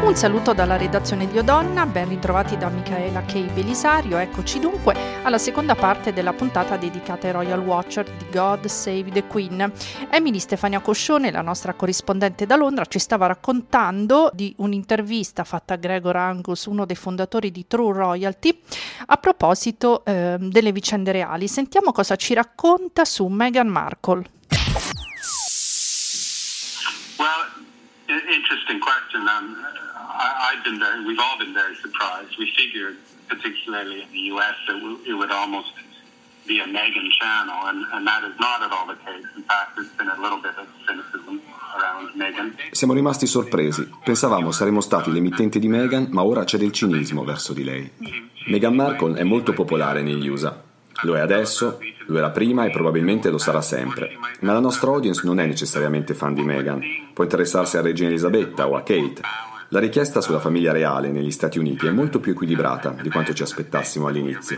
Un saluto dalla redazione di Odonna, ben ritrovati da Micaela K. Belisario. Eccoci dunque alla seconda parte della puntata dedicata ai Royal Watcher di God Save the Queen. Emily Stefania Coscione, la nostra corrispondente da Londra, ci stava raccontando di un'intervista fatta a Gregor Angus, uno dei fondatori di True Royalty, a proposito delle vicende reali. Sentiamo cosa ci racconta su Meghan Markle. Well, interesting question. We've all been very surprised. We figured, particularly in the US, it would almost be a Meghan channel, and that is not at all the case. In fact, there's been a little bit of cynicism around Meghan. Siamo rimasti sorpresi. Pensavamo saremmo stati l'emittente di Meghan, ma ora c'è del cinismo verso di lei. Meghan Markle è molto popolare negli USA. Lo è adesso, lo era prima e probabilmente lo sarà sempre. Ma la nostra audience non è necessariamente fan di Meghan. Può interessarsi a Regina Elisabetta o a Kate. La richiesta sulla famiglia reale negli Stati Uniti è molto più equilibrata di quanto ci aspettassimo all'inizio.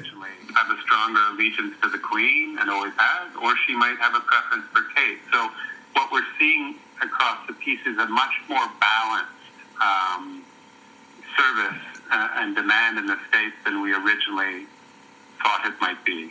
And demand in the States than we originally thought it might be.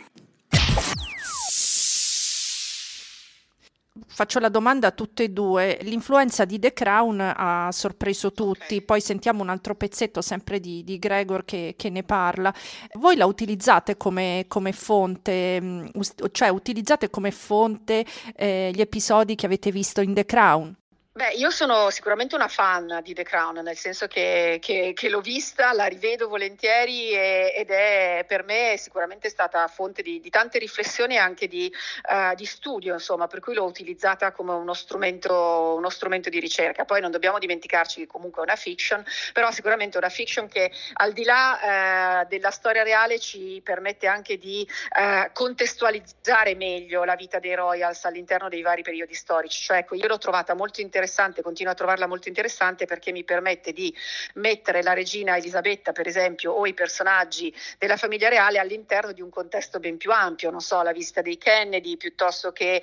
Faccio la domanda a tutte e due. L'influenza di The Crown ha sorpreso tutti, poi sentiamo un altro pezzetto sempre di Gregor che ne parla. Voi la utilizzate come fonte, cioè utilizzate come fonte gli episodi che avete visto in The Crown? Beh, io sono sicuramente una fan di The Crown, nel senso che l'ho vista, la rivedo volentieri ed è per me sicuramente stata fonte di tante riflessioni e anche di studio, insomma, per cui l'ho utilizzata come uno strumento di ricerca. Poi non dobbiamo dimenticarci che comunque è una fiction, però sicuramente è una fiction che al di là della storia reale ci permette anche di contestualizzare meglio la vita dei royals all'interno dei vari periodi storici. Cioè, ecco, io l'ho trovata molto interessante, continuo a trovarla molto interessante perché mi permette di mettere la regina Elisabetta, per esempio, o i personaggi della famiglia reale all'interno di un contesto ben più ampio, non so, la visita dei Kennedy, piuttosto che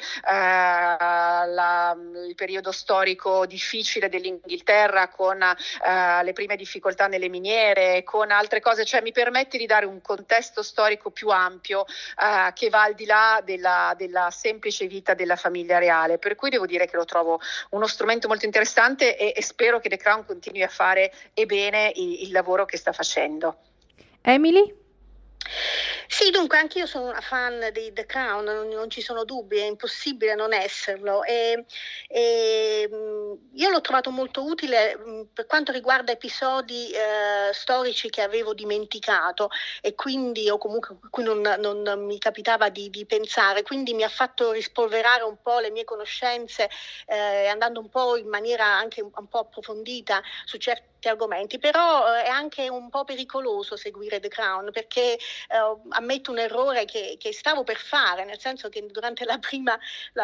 il periodo storico difficile dell'Inghilterra con le prime difficoltà nelle miniere, con altre cose, cioè mi permette di dare un contesto storico più ampio che va al di là della semplice vita della famiglia reale, per cui devo dire che lo trovo uno strumento molto interessante e spero che The Crown continui a fare e bene il lavoro che sta facendo. Emily? Sì, dunque anche io sono una fan di The Crown, non ci sono dubbi, è impossibile non esserlo e io l'ho trovato molto utile per quanto riguarda episodi storici che avevo dimenticato e quindi o comunque cui non mi capitava di pensare, quindi mi ha fatto rispolverare un po' le mie conoscenze andando un po' in maniera anche un po' approfondita su certi argomenti, però è anche un po' pericoloso seguire The Crown perché ammetto un errore che stavo per fare, nel senso che durante la prima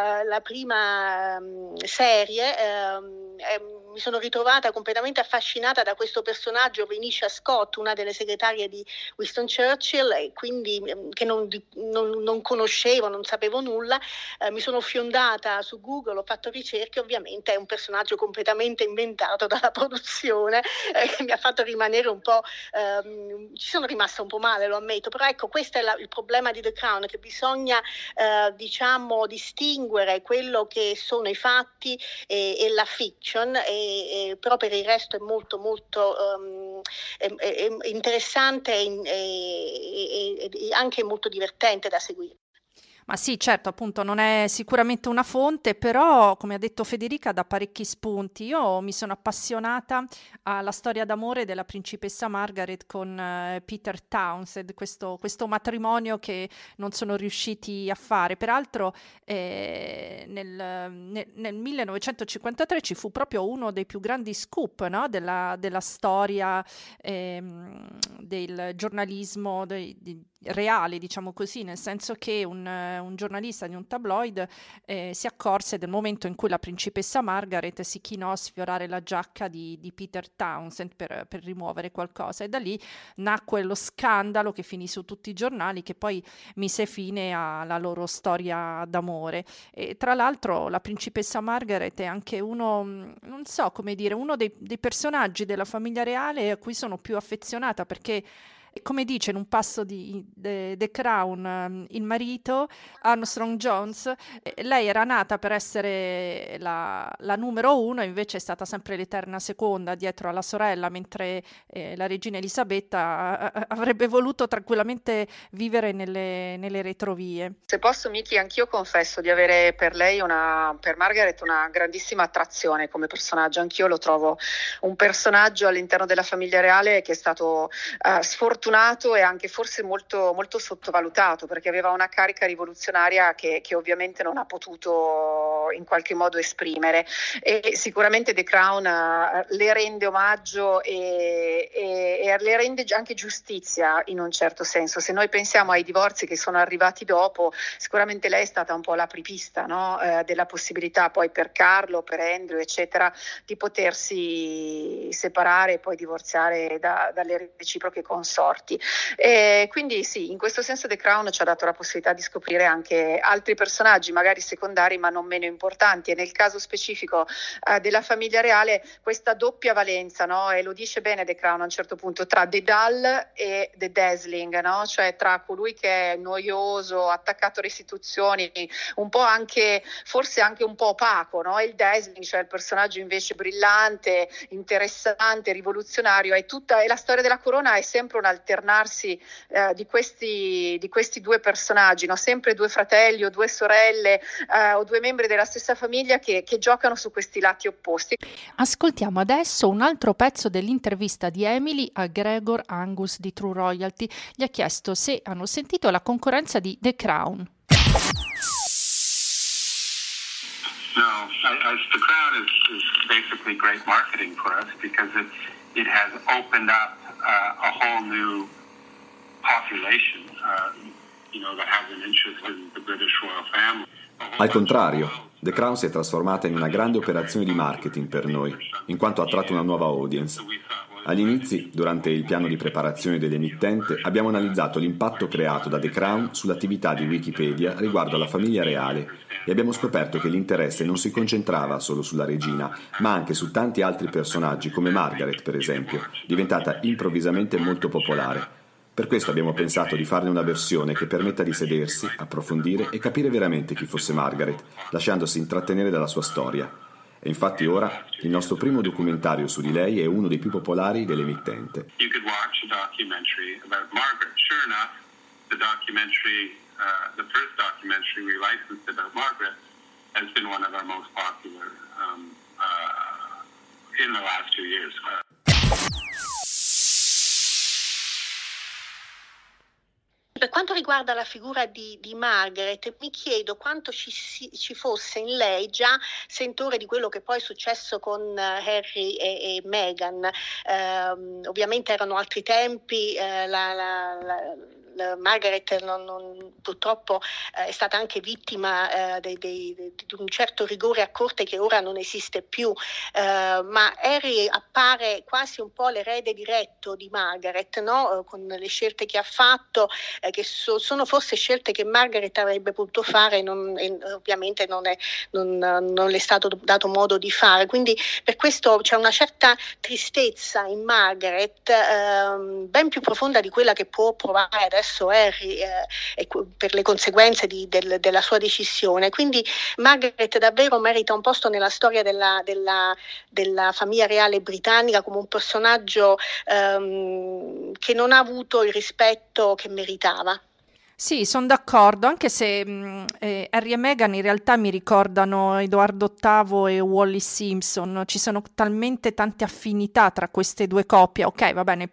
serie mi sono ritrovata completamente affascinata da questo personaggio, Venetia Scott, una delle segretarie di Winston Churchill, e quindi che non conoscevo, non sapevo nulla. Mi sono fiondata su Google, ho fatto ricerche, ovviamente è un personaggio completamente inventato dalla produzione che mi ha fatto rimanere un po', ci sono rimasta un po' male, lo ammetto, però ecco, questo è il problema di The Crown, che bisogna diciamo distinguere quello che sono i fatti e la fiction, però per il resto è molto molto interessante e anche molto divertente da seguire. Ma sì, certo, appunto non è sicuramente una fonte, però come ha detto Federica dà parecchi spunti. Io mi sono appassionata alla storia d'amore della principessa Margaret con Peter Townsend, questo matrimonio che non sono riusciti a fare. Peraltro nel 1953 ci fu proprio uno dei più grandi scoop, no? della storia del giornalismo reale, diciamo così, nel senso che un un giornalista di un tabloid si accorse del momento in cui la principessa Margaret si chinò a sfiorare la giacca di Peter Townsend per rimuovere qualcosa, e da lì nacque lo scandalo che finì su tutti i giornali, che poi mise fine alla loro storia d'amore. E tra l'altro la principessa Margaret è anche uno, non so come dire, uno dei personaggi della famiglia reale a cui sono più affezionata, perché come dice in un passo di The Crown, il marito, Armstrong Jones, lei era nata per essere la numero uno, invece è stata sempre l'eterna seconda dietro alla sorella, mentre la regina Elisabetta avrebbe voluto tranquillamente vivere nelle retrovie. Se posso, Miki, anch'io confesso di avere per lei, per Margaret, una grandissima attrazione come personaggio. Anch'io lo trovo un personaggio all'interno della famiglia reale che è stato sfortunato e anche forse molto, molto sottovalutato, perché aveva una carica rivoluzionaria che ovviamente non ha potuto in qualche modo esprimere, e sicuramente The Crown le rende omaggio e le rende anche giustizia in un certo senso. Se noi pensiamo ai divorzi che sono arrivati dopo, sicuramente lei è stata un po' l'apripista, no? Della possibilità poi per Carlo, per Andrew eccetera, di potersi separare e poi divorziare dalle reciproche consorti. Quindi sì, in questo senso The Crown ci ha dato la possibilità di scoprire anche altri personaggi magari secondari ma non meno importanti, e nel caso specifico della famiglia reale questa doppia valenza, no? E lo dice bene The Crown a un certo punto, tra The Dull e The Dazzling, no? Cioè tra colui che è noioso, attaccato alle istituzioni, un po' anche, forse anche un po' opaco, no? E il Dazzling, cioè il personaggio invece brillante, interessante, rivoluzionario. E la storia della corona è sempre un alternarsi di questi due personaggi, no? Sempre due fratelli o due sorelle o due membri della stessa famiglia che giocano su questi lati opposti. Ascoltiamo adesso un altro pezzo dell'intervista di Emily a Gregor Angus di True Royalty. Gli ha chiesto se hanno sentito la concorrenza di The Crown. No, The Crown is basically great marketing for us because it has opened up a whole new population, that has an interest in the British royal family. Al contrario, The Crown si è trasformata in una grande operazione di marketing per noi, in quanto ha attratto una nuova audience. Agli inizi, durante il piano di preparazione dell'emittente, abbiamo analizzato l'impatto creato da The Crown sull'attività di Wikipedia riguardo alla famiglia reale e abbiamo scoperto che l'interesse non si concentrava solo sulla regina, ma anche su tanti altri personaggi come Margaret, per esempio, diventata improvvisamente molto popolare. Per questo abbiamo pensato di farne una versione che permetta di sedersi, approfondire e capire veramente chi fosse Margaret, lasciandosi intrattenere dalla sua storia. E infatti ora il nostro primo documentario su di lei è uno dei più popolari dell'emittente. You could watch a documentary about Margaret. Sure enough, the first documentary we licensed about Margaret has been one of our most popular in the last 2 years. Per quanto riguarda la figura di Margaret, mi chiedo quanto ci fosse in lei già sentore di quello che poi è successo con Harry e Meghan. Ovviamente erano altri tempi, Margaret purtroppo è stata anche vittima di un certo rigore a corte che ora non esiste più, ma Harry appare quasi un po' l'erede diretto di Margaret, no? Con le scelte che ha fatto, che sono forse scelte che Margaret avrebbe potuto fare e ovviamente non le è stato dato modo di fare. Quindi per questo c'è una certa tristezza in Margaret, ben più profonda di quella che può provare adesso Harry per le conseguenze della sua decisione. Quindi Margaret davvero merita un posto nella storia della famiglia reale britannica come un personaggio che non ha avuto il rispetto che meritava. Sì, sono d'accordo, anche se Harry e Meghan in realtà mi ricordano Edoardo VIII e Wallis Simpson, ci sono talmente tante affinità tra queste due coppie. Ok, va bene,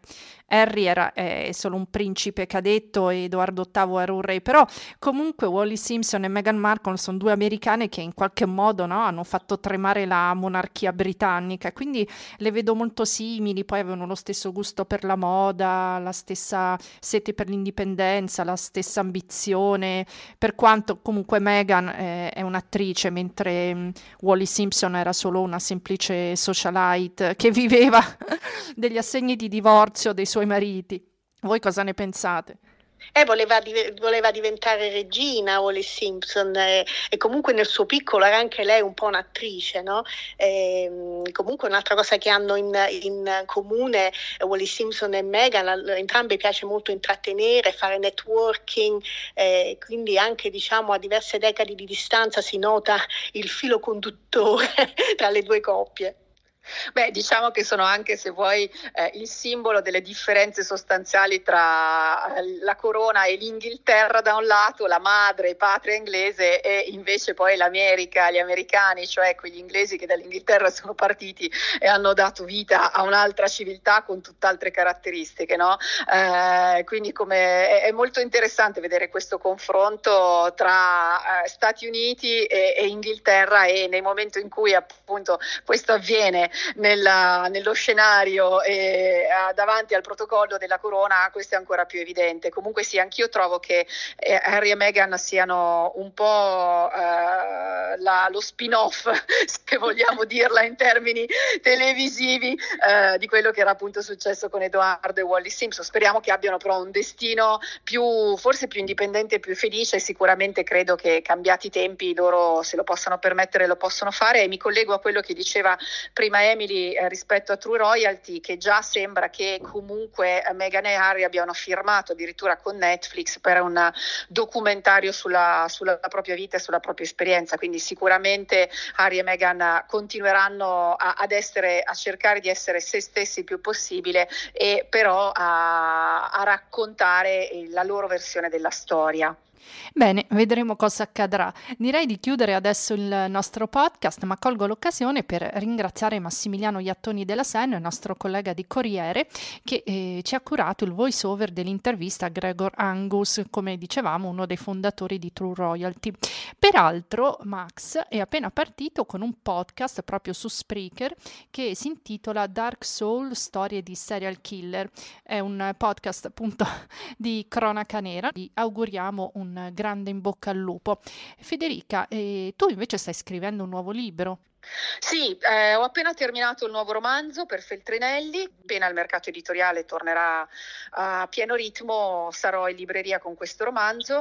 Harry è solo un principe cadetto e Edoardo VIII era un re, però comunque Wallis Simpson e Meghan Markle sono due americane che in qualche modo, no, hanno fatto tremare la monarchia britannica, quindi le vedo molto simili, poi avevano lo stesso gusto per la moda, la stessa sete per l'indipendenza, la stessa ambizione, per quanto comunque Meghan è un'attrice, mentre Wallis Simpson era solo una semplice socialite che viveva degli assegni di divorzio dei suoi mariti. Voi cosa ne pensate? Voleva diventare regina Wallis Simpson, e comunque nel suo piccolo era anche lei un po' un'attrice, no? Comunque un'altra cosa che hanno in comune Wallis Simpson e Meghan, entrambe piace molto intrattenere, fare networking, quindi anche diciamo a diverse decadi di distanza si nota il filo conduttore tra le due coppie. Beh, diciamo che sono anche, se vuoi, il simbolo delle differenze sostanziali tra la corona e l'Inghilterra da un lato, la madre patria inglese, e invece poi l'America, gli americani, cioè quegli inglesi che dall'Inghilterra sono partiti e hanno dato vita a un'altra civiltà con tutt'altre caratteristiche, no? Quindi è molto interessante vedere questo confronto tra Stati Uniti e Inghilterra, e nel momento in cui appunto questo avviene nello scenario davanti al protocollo della corona, questo è ancora più evidente. Comunque sì, anch'io trovo che Harry e Meghan siano un po' lo spin-off, se vogliamo dirla in termini televisivi, di quello che era appunto successo con Edoardo e Wallis Simpson. Speriamo che abbiano però un destino forse più indipendente e più felice. Sicuramente credo che, cambiati i tempi, loro se lo possano permettere lo possono fare, e mi collego a quello che diceva prima Emily rispetto a True Royalty, che già sembra che comunque Meghan e Harry abbiano firmato addirittura con Netflix per un documentario sulla propria vita e sulla propria esperienza, quindi sicuramente Harry e Meghan continueranno a cercare di essere se stessi il più possibile, e però a raccontare la loro versione della storia. Bene, vedremo cosa accadrà. Direi di chiudere adesso il nostro podcast, ma colgo l'occasione per ringraziare Massimiliano Iattoni della Senno, il nostro collega di Corriere, che ci ha curato il voice over dell'intervista a Gregor Angus, come dicevamo uno dei fondatori di True Royalty. Peraltro Max è appena partito con un podcast proprio su Spreaker che si intitola Dark Soul, storie di serial killer. È un podcast appunto di cronaca nera. Gli auguriamo un grande in bocca al lupo. Federica, tu invece stai scrivendo un nuovo libro. Sì, ho appena terminato il nuovo romanzo per Feltrinelli. Appena il mercato editoriale tornerà a pieno ritmo sarò in libreria con questo romanzo,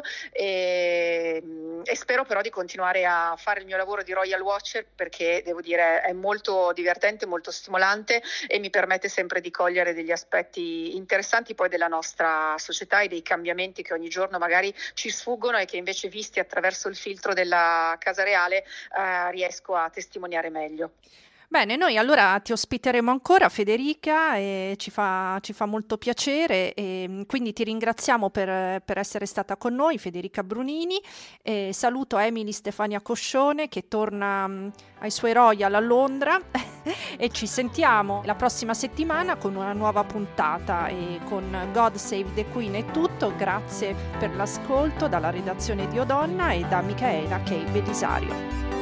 e spero però di continuare a fare il mio lavoro di Royal Watcher, perché devo dire è molto divertente, molto stimolante, e mi permette sempre di cogliere degli aspetti interessanti poi della nostra società e dei cambiamenti che ogni giorno magari ci sfuggono e che invece, visti attraverso il filtro della Casa Reale, riesco a testimoniare meglio. Bene, noi allora ti ospiteremo ancora, Federica, e ci fa molto piacere, e quindi ti ringraziamo per essere stata con noi, Federica Brunini, e saluto Emily Stefania Coscione che torna ai suoi Royal a Londra e ci sentiamo la prossima settimana con una nuova puntata, e con God Save the Queen è tutto. Grazie per l'ascolto dalla redazione di Odonna e da Michaela Kei Belisario.